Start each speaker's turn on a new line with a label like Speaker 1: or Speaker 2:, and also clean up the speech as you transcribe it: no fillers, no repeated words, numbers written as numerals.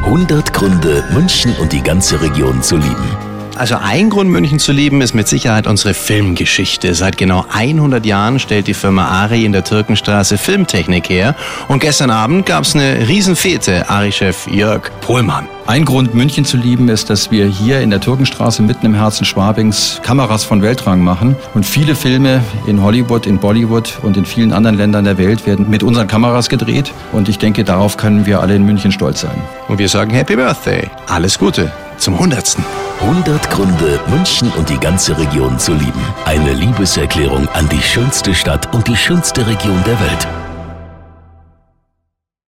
Speaker 1: 100 Gründe, München und die ganze Region zu lieben.
Speaker 2: Also ein Grund, München zu lieben, ist mit Sicherheit unsere Filmgeschichte. Seit genau 100 Jahren stellt die Firma Ari in der Türkenstraße Filmtechnik her. Und gestern Abend gab es eine Riesenfete, Ari-Chef Jörg Pohlmann.
Speaker 3: Ein Grund, München zu lieben, ist, dass wir hier in der Türkenstraße mitten im Herzen Schwabings Kameras von Weltrang machen. Und viele Filme in Hollywood, in Bollywood und in vielen anderen Ländern der Welt werden mit unseren Kameras gedreht. Und ich denke, darauf können wir alle in München stolz sein.
Speaker 2: Und wir sagen Happy Birthday. Alles Gute zum 100.
Speaker 1: 100 Gründe, München und die ganze Region zu lieben. Eine Liebeserklärung an die schönste Stadt und die schönste Region der Welt.